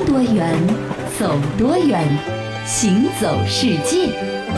多远，走多远，行走世界。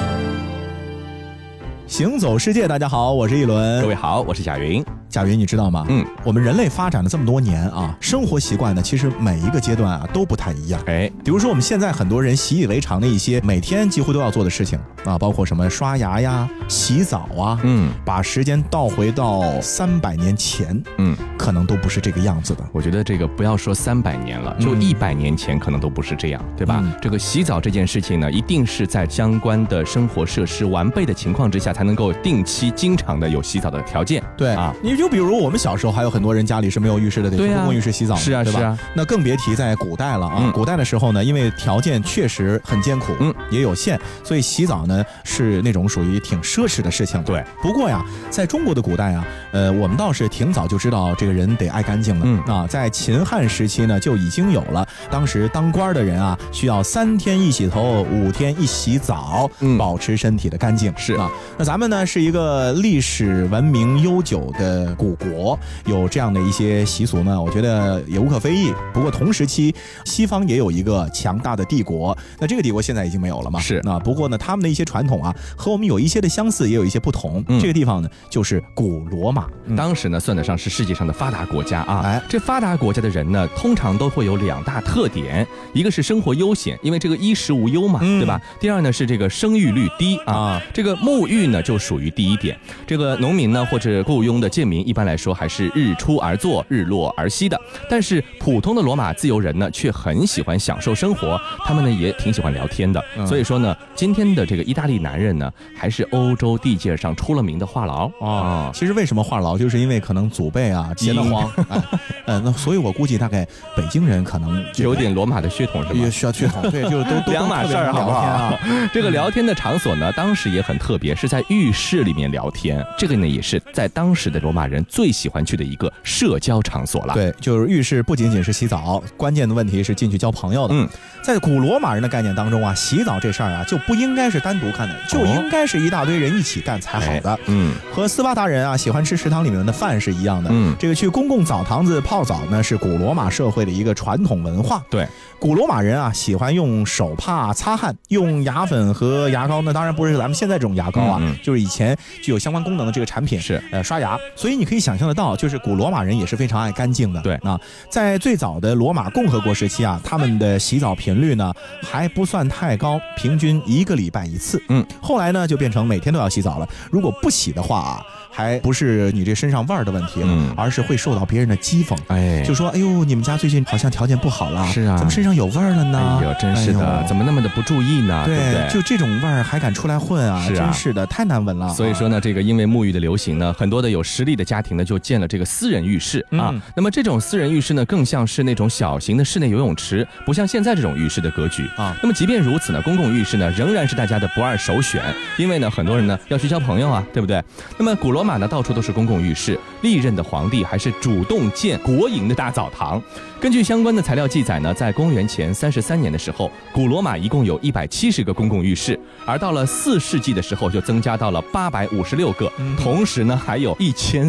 行走世界，大家好，我是一轮。 各位好，我是贾云。 贾云，你知道吗？我们人类发展了这么多年啊，生活习惯呢，其实每一个阶段啊都不太一样。比如说我们现在很多人习以为常的一些每天几乎都要做的事情啊，包括什么刷牙呀、洗澡啊，把时间倒回到300年前，可能都不是这个样子的。 我觉得这个不要说300年了，就100年前可能都不是这样，对吧？这个洗澡这件事情呢，一定是在相关的生活设施完备的情况之下，才能够定期、经常的有洗澡的条件。 对啊，你就比如我们小时候，还有很多人家里是没有浴室的，得去公共浴室洗澡， 是啊， 对吧？ 是啊。 那更别提在古代了啊！古代的时候呢，因为条件确实很艰苦，也有限，所以洗澡呢是那种属于挺奢侈的事情。 对。 不过呀，在中国的古代啊，我们倒是挺早就知道这个人得爱干净了啊。在秦汉时期呢，就已经有了，当时当官的人啊，需要3天一洗头，5天一洗澡，保持身体的干净。 是啊。那咱们呢是一个历史文明悠久的古国，有这样的一些习俗呢，我觉得也无可非议。不过同时期，西方也有一个强大的帝国，那这个帝国现在已经没有了嘛？ 是啊。不过呢，他们的一些传统啊，和我们有一些的相似，也有一些不同。这个地方呢，就是古罗马。 当时呢，算得上是世界上的发达国家啊。这发达国家的人呢，通常都会有2大特点，一个是生活悠闲，因为这个衣食无忧嘛，对吧？第二呢是这个生育率低啊。这个沐浴呢就属于第一点。这个农民呢或者雇佣的贱民，一般来说还是日出而作，日落而息的。但是普通的罗马自由人呢，却很喜欢享受生活，他们呢也挺喜欢聊天的。所以说呢，今天的这个意大利男人呢，还是欧洲地界上出了名的话痨啊。 其实为什么话痨，就是因为可能祖辈啊闲得慌，那所以我估计大概北京人可能有点罗马的血统是吧？ 也需要血统，对，就都两码事儿，好不好？这个聊天的场所呢，当时也很特别，是在浴室里面聊天。这个呢，也是在当时的罗马人最喜欢去的一个社交场所了。 对，就是浴室不仅仅是洗澡，关键的问题是进去交朋友的。在古罗马人的概念当中啊，洗澡这事儿啊，就不应该是单独干的，就应该是一大堆人一起干才好的。和斯巴达人啊喜欢吃食堂里面的饭是一样的。这个去公共澡堂子泡澡呢，是古罗马社会的一个传统文化。 对， 古罗马人啊喜欢用手帕擦汗，用牙粉和牙膏，那当然不是咱们现在这种牙膏啊，就是以前具有相关功能的这个产品是刷牙。所以你可以想象得到，就是古罗马人也是非常爱干净的。 对啊，在最早的罗马共和国时期啊，他们的洗澡频率呢还不算太高，平均1个礼拜1次。后来呢就变成每天都要洗澡了。如果不洗的话啊，还不是你这身上味儿的问题了，而是会受到别人的讥讽。就说哎呦，你们家最近好像条件不好了， 是啊， 怎么身上有味儿了呢？ 哎呦，真是的，怎么那么的不注意呢？对不对？ 就这种味儿还敢出来混啊？ 是啊， 真是的，太难闻了。 所以说呢，这个因为沐浴的流行呢，很多的有实力的家庭呢，就建了这个私人浴室啊。那么这种私人浴室呢，更像是那种小型的室内游泳池，不像现在这种浴室的格局啊。那么即便如此呢，公共浴室呢，仍然是大家的不二首选，因为呢，很多人呢要去交朋友啊，对不对？那么古罗马呢，到处都是公共浴室，历任的皇帝还是主动建国营的大澡堂。根据相关的材料记载呢，在公元前33年的时候，古罗马一共有170个公共浴室，而到了4世纪的时候就增加到了856个，同时呢还有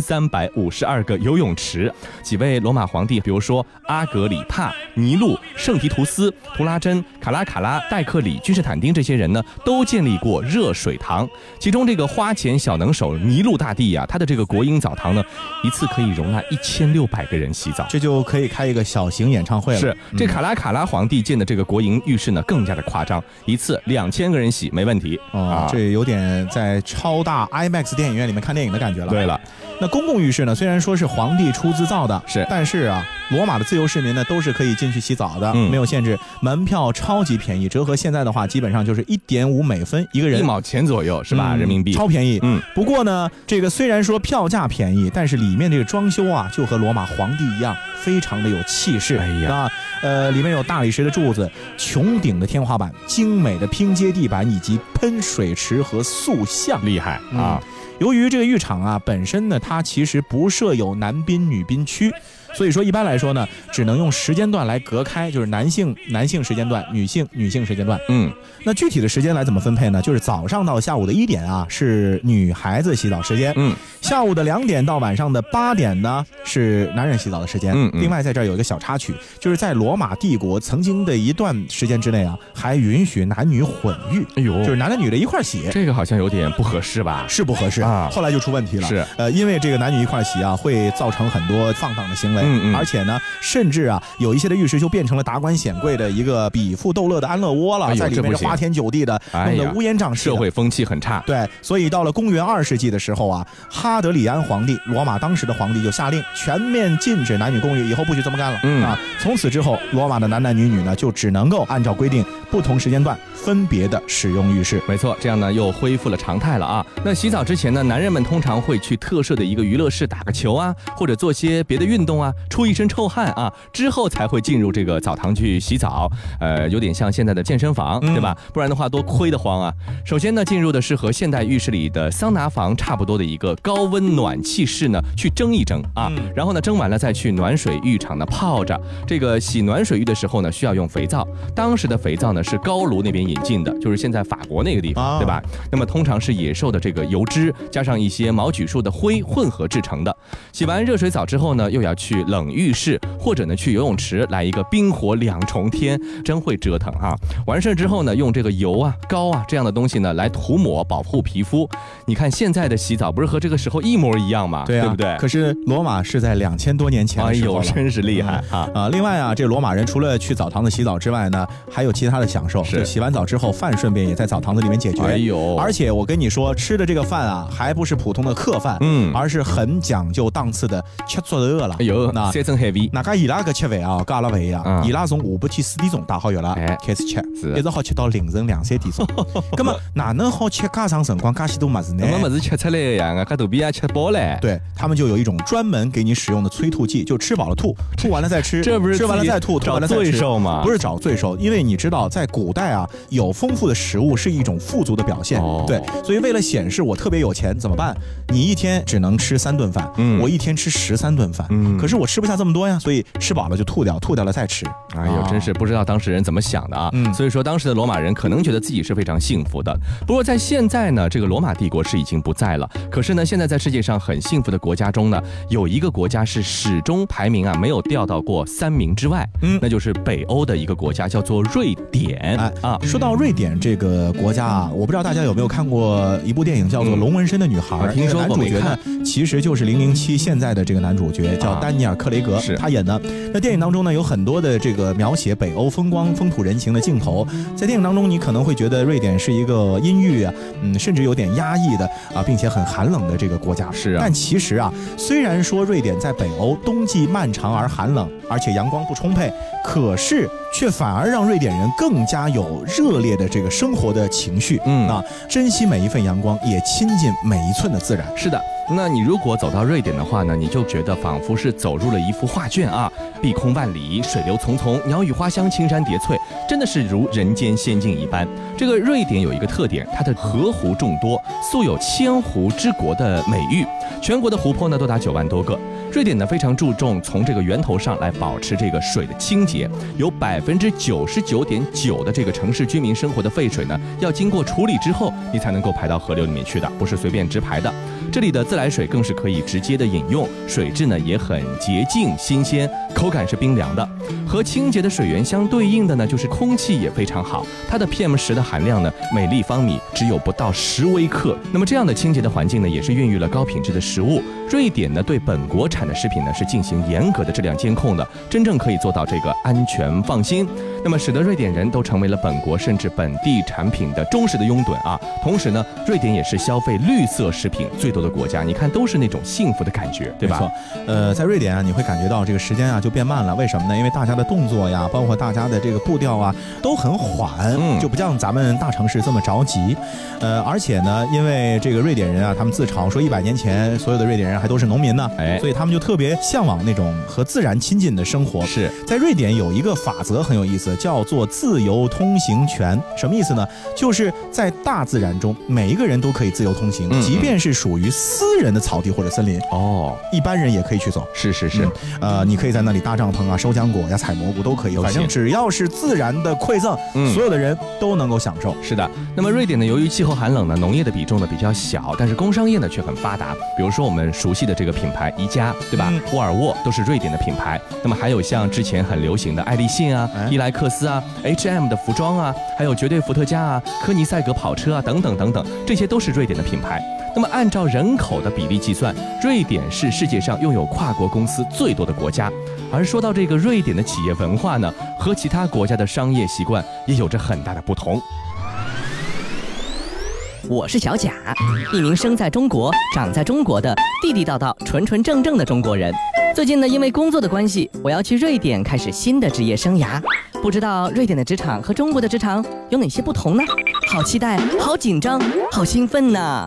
1352个游泳池。几位罗马皇帝，比如说阿格里帕、尼禄、圣提图斯、图拉真、卡拉、戴克里、君士坦丁这些人呢，都建立过热水堂。其中这个花钱小能手尼禄大帝啊，他的这个国营澡堂呢，一次可以容纳1600个人洗澡， 这就可以开一个小型演唱会了。 是，这卡拉皇帝建的这个国营浴室呢，更加的夸张，一次2000个人洗没问题这有点在超大 IMAX 电影院里面看电影的感觉了。 对了， 那公共浴室呢，虽然说是皇帝出资造的，但是啊，罗马的自由市民呢都是可以进去洗澡的，没有限制，门票超级便宜，折合现在的话，基本上就是1.5美分一个人， 1毛钱左右是吧？人民币超便宜。不过呢，这个虽然说票价便宜，但是里面这个装修啊，就和罗马皇帝一样，非常的有气势。里面有大理石的柱子，穹顶的天花板，精美的拼接地板，以及喷水池和塑像， 厉害啊！ 由于这个浴场啊本身呢，它其实不设有男宾女宾区， 所以说一般来说呢，只能用时间段来隔开，就是男性时间段，女性时间段。那具体的时间来怎么分配呢？就是早上到下午的1点啊是女孩子洗澡时间，下午的2点到晚上的8点呢是男人洗澡的时间。另外在这儿有一个小插曲，就是在罗马帝国曾经的一段时间之内啊，还允许男女混浴，就是男的女的一块洗。 这个好像有点不合适吧？ 是不合适啊，后来就出问题了。 是因为这个男女一块洗啊，会造成很多放荡的行为，而且呢，甚至啊，有一些的浴室就变成了达官显贵的一个比富斗乐的安乐窝了，在里面花天酒地的，弄得乌烟瘴气， 社会风气很差。 对，所以到了公元2世纪的时候啊，哈德里安皇帝，罗马当时的皇帝就下令全面禁止男女共浴，以后不许这么干了。从此之后，罗马的男男女女呢，就只能够按照规定，不同时间段分别的使用浴室。 没错，这样呢又恢复了常态了啊。那洗澡之前呢，男人们通常会去特设的一个娱乐室打个球啊，或者做些别的运动啊，出一身臭汗啊，之后才会进入这个澡堂去洗澡。有点像现在的健身房，对吧？不然的话多亏得慌啊。首先呢，进入的是和现代浴室里的桑拿房差不多的一个高温暖气室呢，去蒸一蒸啊，然后呢蒸完了再去暖水浴场呢泡着。这个洗暖水浴的时候呢，需要用肥皂，当时的肥皂呢是高卢那边引进的，就是现在法国那个地方，对吧？那么通常是野兽的这个油脂加上一些毛榉树的灰混合制成的。洗完热水澡之后呢，又要去冷浴室或者呢去游泳池来一个冰火2重天，真会折腾啊！完事之后呢，用这个油啊、膏啊这样的东西呢来涂抹保护皮肤。你看现在的洗澡不是和这个时候一模一样吗？对不对？ 可是罗马是在2000多年前的时候了， 真是厉害啊！ 另外啊，这罗马人除了去澡堂子洗澡之外呢，还有其他的享受，就洗完澡之后饭顺便也在澡堂子里面解决。而且我跟你说，吃的这个饭啊，还不是普通的客饭，而是很讲究档次的吃足肉了。 那3层海味， 那伊拉个吃饭啊，跟阿拉不一样，伊拉从下半天4点钟打好药了开始吃，一直好吃到凌晨2、3点钟。那么哪能好吃介长辰光介许多么子呢？ 我们是吃出来的呀，介肚皮也吃饱了。 对他们就有一种专门给你使用的催吐剂，就吃饱了吐，吐完了再吃， 这不是吃完了再吐，吐完了再吃。 罪受吗？ 不是找罪受，因为你知道，在古代啊，有丰富的食物是一种富足的表现。对，所以为了显示我特别有钱，怎么办？你一天只能吃3顿饭，我一天吃13顿饭，可是我吃不下这么多呀，所以吃饱了就吐掉，吐掉了再吃。 哎呦，真是不知道当时人怎么想的啊！所以说当时的罗马人可能觉得自己是非常幸福的。不过在现在呢，这个罗马帝国是已经不在了。可是呢，现在在世界上很幸福的国家中呢，有一个国家是始终排名啊没有掉到过3名之外，那就是北欧的一个国家，叫做瑞典。 说到瑞典这个国家啊，我不知道大家有没有看过一部电影叫做《龙纹身的女孩》， 听说过没看？ 其实就是007现在的这个男主角叫丹尼尔·克雷格，他演的。那电影当中呢，有很多的这个描写北欧风光、风土人情的镜头。在电影当中，你可能会觉得瑞典是一个阴郁啊，甚至有点压抑的啊，并且很寒冷的这个国家。 是啊。 但其实啊，虽然说瑞典在北欧冬季漫长而寒冷，而且阳光不充沛，可是却反而让瑞典人更加有热烈的这个生活的情绪。珍惜每一份阳光，也亲近每一寸的自然。 是的。那你如果走到瑞典的话呢，你就觉得仿佛是走入了一幅画卷啊，碧空万里，水流淙淙，鸟语花香，青山叠翠，真的是如人间仙境一般。这个瑞典有一个特点，它的河湖众多，素有千湖之国的美誉，全国的湖泊呢多达9万多个。瑞典呢非常注重从这个源头上来保持这个水的清洁，有99.9%的这个城市居民生活的废水呢，要经过处理之后，你才能够排到河流里面去的，不是随便直排的。这里的自来水更是可以直接的饮用，水质呢也很洁净新鲜，口感是冰凉的。和清洁的水源相对应的呢，就是空气也非常好，它的 PM10的含量呢，每立方米只有不到10微克。那么这样的清洁的环境呢，也是孕育了高品质的食物。瑞典呢对本国产的食品呢是进行严格的质量监控的，真正可以做到这个安全放心。那么使得瑞典人都成为了本国甚至本地产品的忠实的拥趸啊。同时呢，瑞典也是消费绿色食品最多的国家，你看都是那种幸福的感觉，对吧？ 没错。在瑞典啊，你会感觉到这个时间啊就变慢了，为什么呢？因为大家的动作呀，包括大家的这个步调啊，都很缓，就不像咱们大城市这么着急。而且呢，因为这个瑞典人啊，他们自嘲说100年前所有的瑞典人还都是农民呢，所以他们就特别向往那种和自然亲近的生活。 是在瑞典有一个法则很有意思，叫做自由通行权。什么意思呢？就是在大自然中，每一个人都可以自由通行，即便是属于私人的草地或者森林，一般人也可以去走。 是， 你可以在那里搭帐篷啊、收浆果呀、采蘑菇都可以，反正只要是自然的馈赠，所有的人都能够享受。 是的。那么瑞典呢，由于气候寒冷呢，农业的比重呢比较小，但是工商业呢却很发达。比如说我们熟悉的这个品牌宜家，对吧？沃尔沃都是瑞典的品牌。那么还有像之前很流行的爱立信啊、伊莱克斯啊、H&M 的服装啊，还有绝对伏特加啊、科尼赛格跑车啊等等等等，这些都是瑞典的品牌。那么按照人口的比例计算，瑞典是世界上拥有跨国公司最多的国家。而说到这个瑞典的企业文化呢，和其他国家的商业习惯也有着很大的不同。 我是小贾，一名生在中国、长在中国的地地道道、纯纯正正的中国人。最近呢，因为工作的关系，我要去瑞典开始新的职业生涯。不知道瑞典的职场和中国的职场有哪些不同呢？好期待，好紧张，好兴奋呢！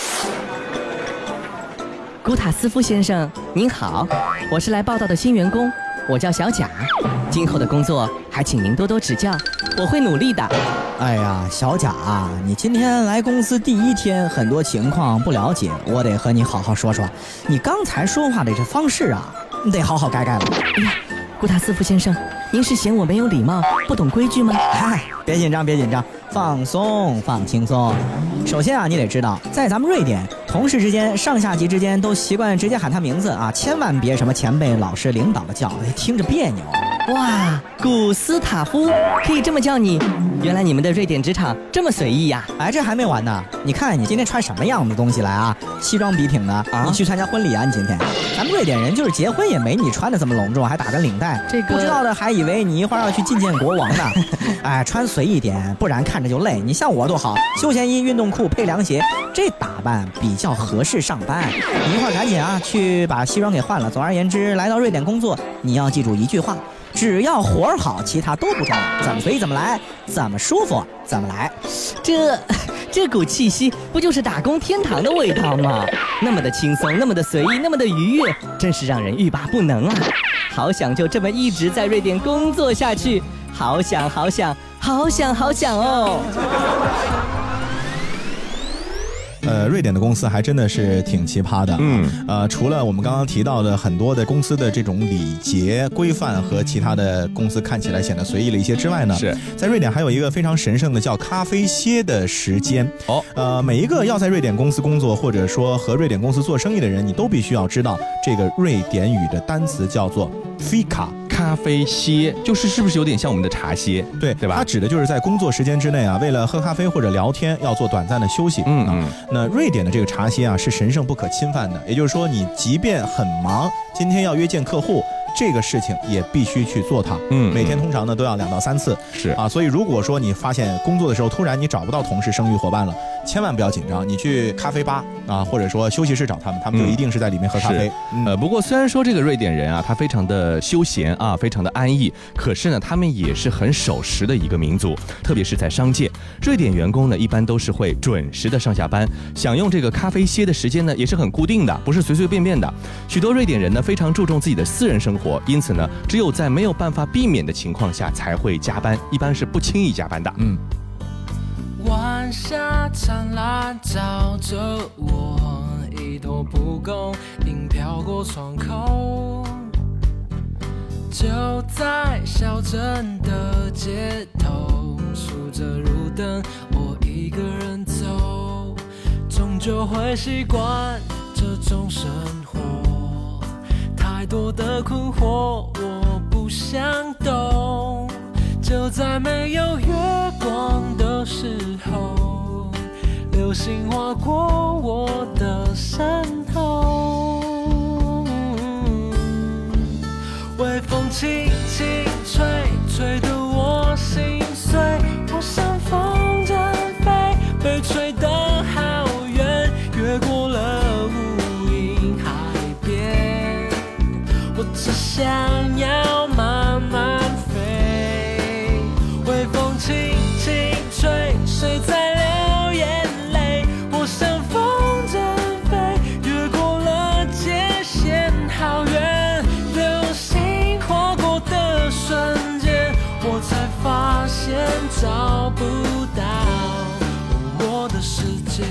古塔斯夫先生，您好，我是来报道的新员工，我叫小贾，今后的工作还请您多多指教，我会努力的。 哎呀，小贾啊，你今天来公司第一天，很多情况不了解，我得和你好好说说。你刚才说话的这方式啊，你得好好改改了。 哎呀，古塔斯夫先生，您是嫌我没有礼貌，不懂规矩吗？ 哎，别紧张，别紧张，放松，放轻松。首先啊，你得知道，在咱们瑞典，同事之间、上下级之间都习惯直接喊他名字啊，千万别什么前辈、老师、领导的叫，听着别扭。 哇，古斯塔夫，可以这么叫你？原来你们的瑞典职场这么随意呀！ 哎，这还没完呢，你看你今天穿什么样的东西来啊？西装笔挺的啊！你去参加婚礼啊？你今天，咱们瑞典人就是结婚也没你穿的这么隆重，还打个领带， 这个不知道的还以为你一会儿要去觐见国王呢。哎，穿随意点，不然看着就累。你像我多好，休闲衣、运动裤配凉鞋，这打扮比较合适上班。你一会儿赶紧啊去把西装给换了。总而言之，来到瑞典工作，你要记住一句话。只要活儿好，其他都不重要。怎么随意怎么来，怎么舒服怎么来。 这股气息不就是打工天堂的味道吗？那么的轻松，那么的随意，那么的愉悦，真是让人欲罢不能啊！好想就这么一直在瑞典工作下去，好想好想好想好想哦！ 瑞典的公司还真的是挺奇葩的。除了我们刚刚提到的很多的公司的这种礼节规范和其他的公司看起来显得随意了一些之外呢，在瑞典还有一个非常神圣的叫咖啡歇的时间。每一个要在瑞典公司工作或者说和瑞典公司做生意的人，你都必须要知道这个瑞典语的单词叫做 fika。 咖啡歇是不是有点像我们的茶歇？ 对吧？它指的就是在工作时间之内啊，为了喝咖啡或者聊天，要做短暂的休息。那瑞典的这个茶歇啊是神圣不可侵犯的，也就是说，你即便很忙，今天要约见客户，这个事情也必须去做它。每天通常呢都要2到3次。 是啊， 所以如果说你发现工作的时候突然你找不到同事、生育伙伴了，千万不要紧张，你去咖啡吧啊，或者说休息室找他们，他们就一定是在里面喝咖啡。 不过虽然说这个瑞典人啊，他非常的休闲啊，非常的安逸，可是呢，他们也是很守时的一个民族，特别是在商界，瑞典员工呢一般都是会准时的上下班，享用这个咖啡歇的时间呢也是很固定的，不是随随便便的。许多瑞典人呢非常注重自己的私人生活，因此呢，只有在没有办法避免的情况下才会加班，一般是不轻易加班的。 晚霞灿烂照着我，一朵蒲公英飘过窗口，就在小镇的街头，数着路灯，我一个人走，终究会习惯这种生活，太多的困惑我不想懂，就在没有月光的时候，流星划过我的身后，微风轻轻吹，吹得我心碎，我像风筝飞，被吹得好远，越过了无垠海边，我只想要慢慢不到我的世界。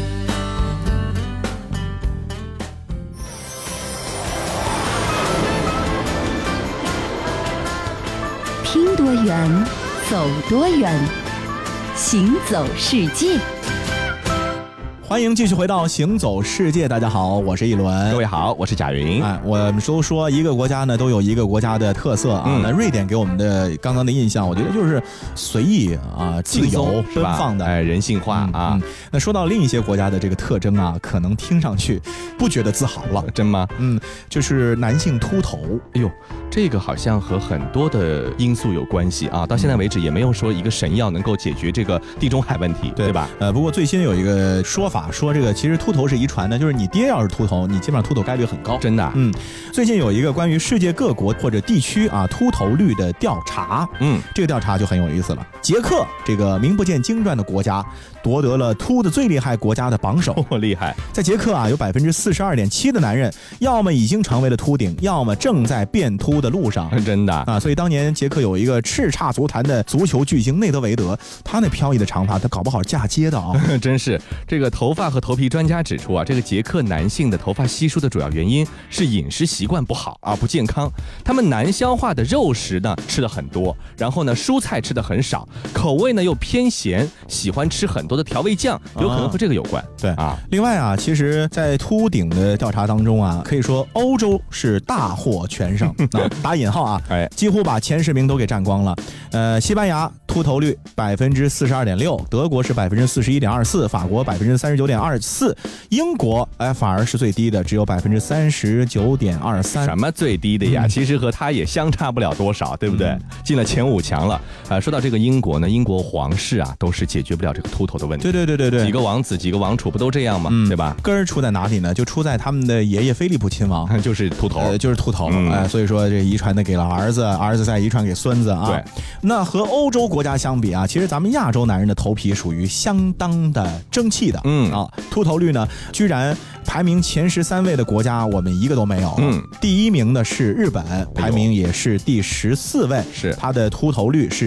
听多远，走多远，行走世界。 欢迎继续回到行走世界，大家好，我是一轮。 各位好，我是贾云。 我们都说一个国家呢都有一个国家的特色啊。那瑞典给我们的刚刚的印象，我觉得就是随意啊、自由、奔放的， 人性化啊。 那说到另一些国家的这个特征啊，可能听上去不觉得自豪了， 真吗？ 就是男性秃头。 哎呦，这个好像和很多的因素有关系啊。到现在为止也没有说一个神药能够解决这个地中海问题，对吧？ 不过最新有一个说法。说这个其实秃头是遗传的，就是你爹要是秃头，你基本上秃头概率很高。 真的？ 最近有一个关于世界各国或者地区啊秃头率的调查，这个调查就很有意思了。捷克这个名不见经传的国家，夺得了秃的最厉害国家的榜首。 厉害！ 在捷克啊，有42.7%的男人要么已经成为了秃顶，要么正在变秃的路上。 真的啊！所以当年捷克有一个叱咤足坛的足球巨星内德维德，他那飘逸的长发，他搞不好嫁接的啊！ 真是这个头发和头皮专家指出啊，这个捷克男性的头发稀疏的主要原因是饮食习惯不好啊，不健康。他们难消化的肉食呢吃的很多，然后呢蔬菜吃的很少，口味呢又偏咸，喜欢吃很多的调味酱，有可能和这个有关。 对啊，另外啊，其实，在秃顶的调查当中啊，可以说欧洲是大获全胜啊，打引号啊，几乎把前10名都给占光了。西班牙秃头率42.6%，德国是41.24%，法国39.24%，英国反而是最低的，只有39.23%。 什么最低的呀？其实和它也相差不了多少，对不对？进了前5强了。说到这个英国呢，英国皇室啊都是解决不了这个秃头的问题。 对， 几个王子几个王储不都这样吗？对吧？ 根儿出在哪里呢？就出在他们的爷爷菲利普亲王就是秃头， 所以说这遗传的给了儿子，儿子再遗传给孙子啊。对，那和欧洲国家相比啊，其实咱们亚洲男人的头皮属于相当的争气的。秃头率呢，居然排名前13位的国家，我们一个都没有。第1名的是日本，排名也是第14位， 是它的秃头率是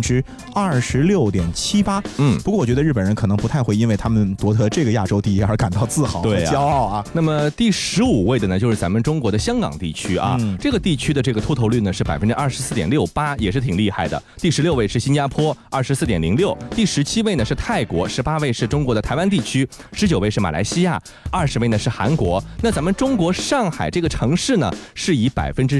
26.78%。不过我觉得日本人可能不太会因为他们夺得这个亚洲第一而感到自豪和骄傲啊。 那么第15位的呢，就是咱们中国的香港地区啊，这个地区的这个秃头率呢是24.68%，也是挺厉害的。第16位是新加坡，24.06%，第17位呢是泰国，18位是中国的台湾地区，19位是马来西亚，20位呢是韩国。那咱们中国上海这个城市呢，是以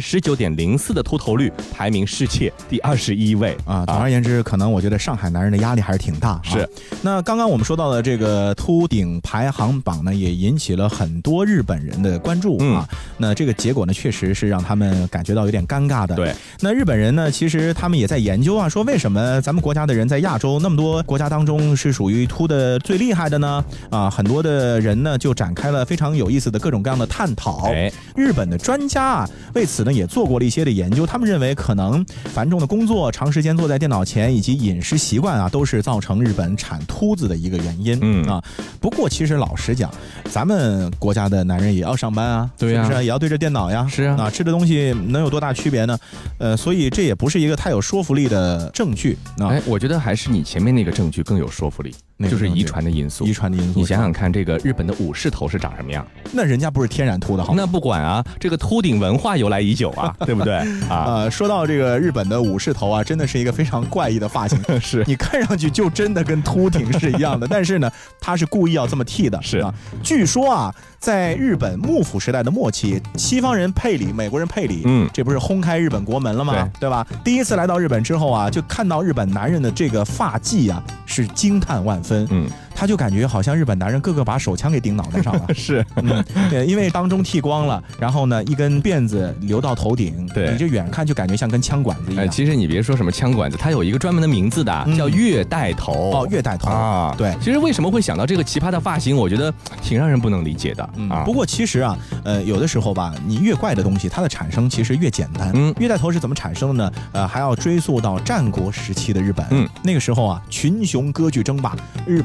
19.04%的秃头率排名世界第21位啊。总而言之，可能我觉得上海男人的压力还是挺大。 是。 那刚刚我们说到的这个秃顶排行榜呢，也引起了很多日本人的关注啊。那这个结果呢，确实是让他们感觉到有点尴尬的。 对。 那日本人呢，其实他们也在研究啊，说为什么咱们国家的人在亚洲那么多国家当中是属于秃的最厉害的呢？很多的人呢就展开了非常有意思的各种各样的探讨。日本的专家啊，为此呢也做过了一些的研究，他们认为可能繁重的工作、长时间坐在电脑前以及饮食习惯啊，都是造成日本产秃子的一个原因。不过其实老实讲，咱们国家的男人也要上班啊， 对呀， 是不是也要对着电脑呀？ 是啊， 吃的东西能有多大区别呢？所以这也不是一个太有说服力的证据。 我觉得还是你前面那个证据更有说服力。就是遗传的因素。你想想看，这个日本的武士头是长什么样？ 那人家不是天然秃的好？ 那不管啊，这个秃顶文化由来已久啊，对不对啊？ 说到这个日本的武士头啊，真的是一个非常怪异的发型。 是你看上去就真的跟秃顶是一样的，但是呢，他是故意要这么剃的。 是啊， 据说啊，在日本幕府时代的末期，西方人佩里，美国人佩里，这不是轰开日本国门了吗？对吧？第一次来到日本之后啊，就看到日本男人的这个发髻啊，是惊叹万分。他就感觉好像日本男人个个把手枪给顶脑袋上了。 是， 对，因为当中剃光了，然后呢，一根辫子留到头顶， 对， 你就远看就感觉像根枪管子一样。 其实你别说什么枪管子，它有一个专门的名字的，叫月带头。 哦，月带头啊，对。 其实为什么会想到这个奇葩的发型，我觉得挺让人不能理解的啊。 不过其实啊，有的时候吧，你越怪的东西，它的产生其实越简单。月带头是怎么产生的呢？还要追溯到战国时期的日本。那个时候啊，群雄割据争霸，日本全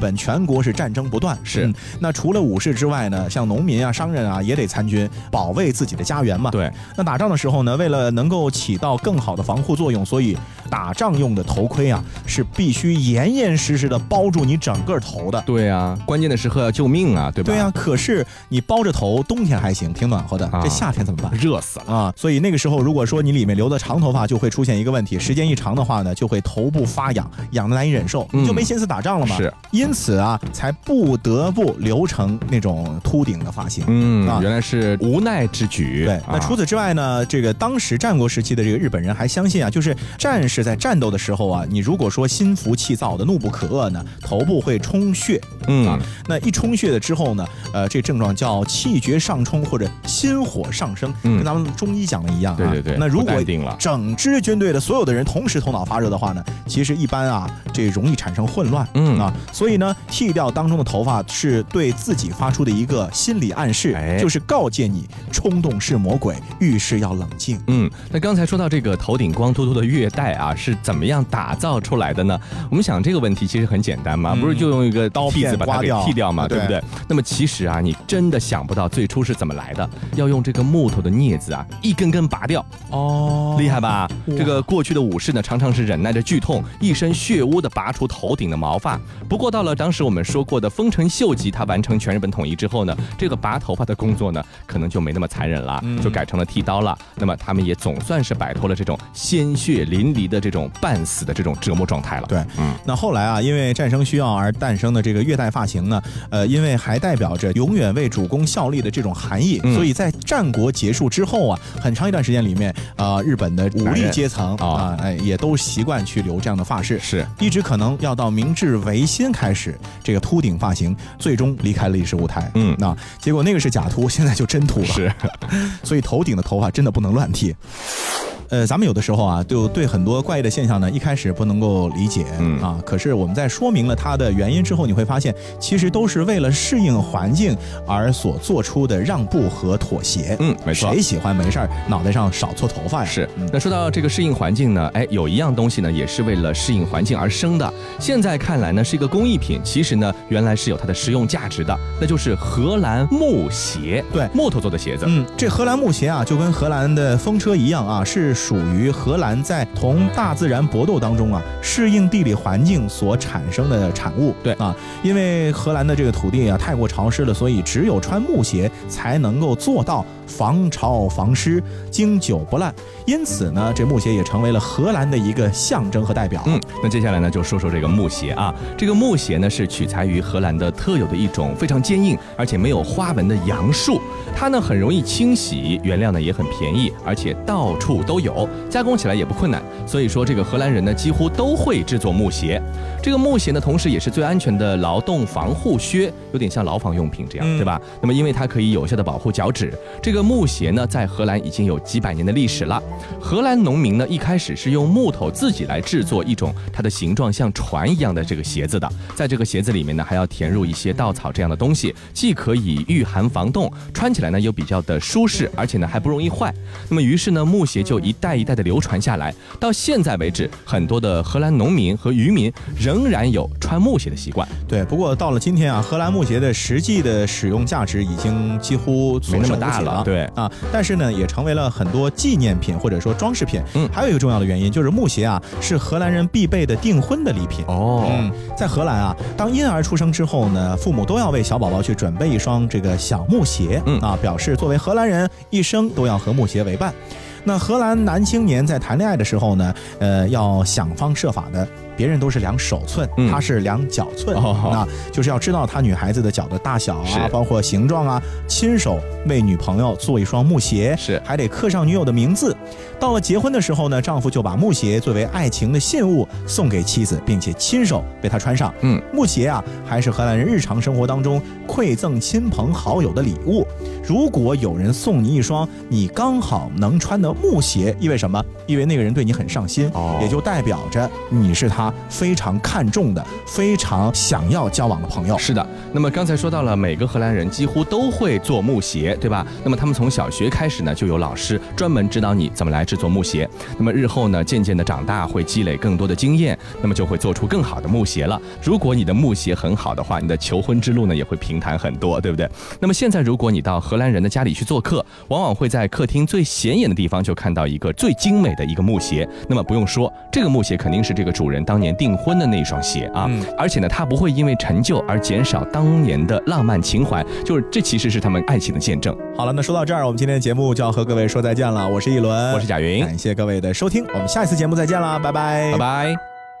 国是战争不断， 是。 那除了武士之外呢，像农民啊、商人啊也得参军，保卫自己的家园嘛。 对。 那打仗的时候呢，为了能够起到更好的防护作用，所以打仗用的头盔啊是必须严严实实的包住你整个头的。 对啊，关键的时候要救命啊，对吧？ 对啊，可是你包着头，冬天还行，挺暖和的，这夏天怎么办？ 热死了啊！所以那个时候，如果说你里面留的长头发，就会出现一个问题，时间一长的话呢，就会头部发痒，痒的难以忍受，你就没心思打仗了嘛。 是， 因此啊，才不得不留成那种秃顶的发型。 原来是无奈之举。 对，那除此之外呢，这个当时战国时期的这个日本人还相信啊，就是战士在战斗的时候啊，你如果说心浮气躁的、怒不可遏呢，头部会充血。那一充血了之后呢，这症状叫气绝上冲或者心火上升，跟咱们中医讲的一样啊。 对。 那如果整支军队的所有的人同时头脑发热的话呢，其实一般啊，这容易产生混乱。所以呢，剃掉当中的头发是对自己发出的一个心理暗示，就是告诫你，冲动是魔鬼，遇事要冷静。 那刚才说到这个头顶光秃秃的月带啊，是怎么样打造出来的呢？我们想这个问题其实很简单嘛，不是就用一个刀剃子把它给剃掉嘛，对不对？那么其实啊，你真的想不到最初是怎么来的，要用这个木头的镊子啊，一根根拔掉。厉害吧？这个过去的武士呢，常常是忍耐着剧痛，一身血污的拔除头顶的毛发。不过到了当时我们说过的丰臣秀吉，他完成全日本统一之后呢，这个拔头发的工作呢，可能就没那么残忍了，就改成了剃刀了。那么他们也总算是摆脱了这种鲜血淋漓的这种半死的这种折磨状态了。 对，那后来啊，因为战争需要而诞生的这个月带发型呢，因为还代表着永远为主公效力的这种含义，所以在战国结束之后啊，很长一段时间里面，日本的武力阶层也都习惯去留这样的发饰， 是一直可能要到明治维新开始，这个秃顶发型最终离开了历史舞台。那结果那个是假秃，现在就真秃了。 是， 所以头顶的头发真的不能乱剃。咱们有的时候啊，就对很多怪异的现象呢，一开始不能够理解可是我们在说明了它的原因之后，你会发现，其实都是为了适应环境而所做出的让步和妥协。 没错。 谁喜欢没事脑袋上少撮头发呀？ 是。那说到这个适应环境呢，有一样东西呢，也是为了适应环境而生的。现在看来呢，是一个工艺品，其实呢，原来是有它的实用价值的，那就是荷兰木鞋。 对， 木头做的鞋子。 这荷兰木鞋啊，就跟荷兰的风车一样啊，是属于荷兰在同大自然搏斗当中啊，适应地理环境所产生的产物。 对因为荷兰的这个土地啊太过潮湿了，所以只有穿木鞋才能够做到防潮防湿、经久不烂。因此呢，这木鞋也成为了荷兰的一个象征和代表。 那接下来呢，就说说这个木鞋啊。这个木鞋呢，是取材于荷兰的特有的一种非常坚硬而且没有花纹的杨树，它呢很容易清洗，原料呢也很便宜，而且到处都有，加工起来也不困难。所以说这个荷兰人呢几乎都会制作木鞋。这个木鞋呢，同时也是最安全的劳动防护靴，有点像牢房用品这样，对吧？那么因为它可以有效的保护脚趾，这个木鞋呢在荷兰已经有几百年的历史了。荷兰农民呢一开始是用木头自己来制作一种它的形状像船一样的这个鞋子的，在这个鞋子里面呢还要填入一些稻草这样的东西，既可以御寒防冻，穿起来呢又比较的舒适，而且呢还不容易坏。那么于是呢木鞋就一代一代的流传下来，到现在为止，很多的荷兰农民和渔民仍然有穿木鞋的习惯。 对，不过到了今天啊，荷兰木鞋的实际的使用价值已经几乎没那么大了。对但是呢，也成为了很多纪念品或者说装饰品。还有一个重要的原因就是木鞋啊是荷兰人必备的订婚的礼品。在荷兰啊，当婴儿出生之后呢，父母都要为小宝宝去准备一双这个小木鞋表示作为荷兰人一生都要和木鞋为伴。那荷兰男青年在谈恋爱的时候呢，要想方设法的，别人都是量手寸，他是量脚寸，就是要知道他女孩子的脚的大小啊，包括形状啊，亲手为女朋友做一双木鞋， 是还得刻上女友的名字。到了结婚的时候呢，丈夫就把木鞋作为爱情的信物送给妻子，并且亲手为她穿上。木鞋啊，还是荷兰人日常生活当中馈赠亲朋好友的礼物。如果有人送你一双你刚好能穿得木鞋意味什么？意味那个人对你很上心，也就代表着你是他非常看重的、非常想要交往的朋友。 是的。那么刚才说到了，每个荷兰人几乎都会做木鞋，对吧？那么他们从小学开始呢，就有老师专门指导你怎么来制作木鞋。那么日后呢，渐渐的长大，会积累更多的经验，那么就会做出更好的木鞋了。如果你的木鞋很好的话，你的求婚之路呢也会平坦很多，对不对？那么现在如果你到荷兰人的家里去做客，往往会在客厅最显眼的地方就看到一个最精美的一个木鞋。那么不用说，这个木鞋肯定是这个主人当年订婚的那一双鞋啊。而且呢，它不会因为陈旧而减少当年的浪漫情怀，就是这其实是他们爱情的见证。 好了，那说到这儿，我们今天的节目就要和各位说再见了。我是一轮， 我是贾云， 感谢各位的收听，我们下一次节目再见了，拜拜， 拜拜。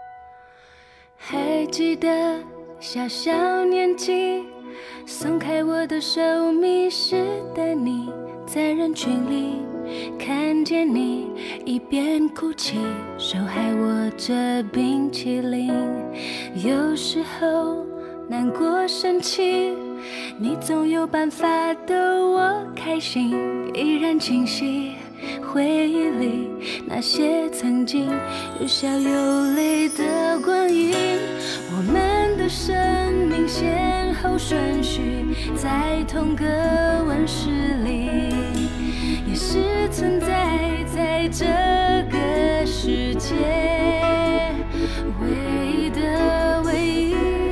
还记得小小年纪，松开我的手，迷失的你，在人群里看见你，一边哭泣，手还握着冰淇淋。有时候难过生气，你总有办法逗我开心，依然清晰回忆里那些曾经有笑有泪的光阴。我们的生命先后顺序在同个温室里，也是存在在这个世界唯一的唯一。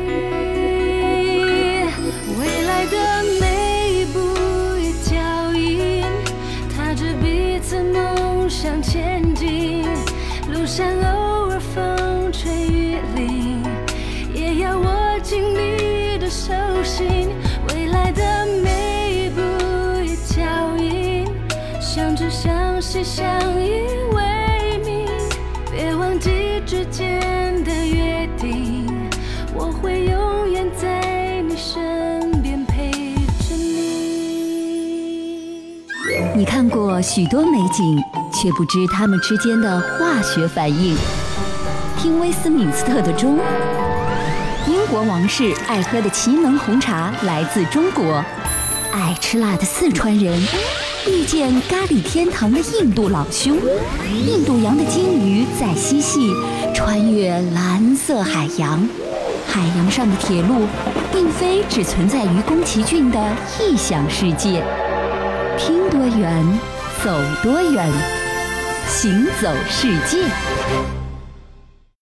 未来的每一步一脚印，踏着彼此梦想前进，路上偶尔风吹雨淋，也要握紧你的手心。未来的每一步一脚印，相知相惜相依为命，别忘记之间的约定，我会永远在你身边陪着你。 你看过许多美景，却不知它们之间的化学反应。听威斯敏斯特的钟，英国王室爱喝的祁门红茶来自中国，爱吃辣的四川人遇见咖喱天堂的印度老兄，印度洋的鲸鱼在嬉戏，穿越蓝色海洋。海洋上的铁路并非只存在于宫崎骏的异想世界。听多远，走多远，行走世界。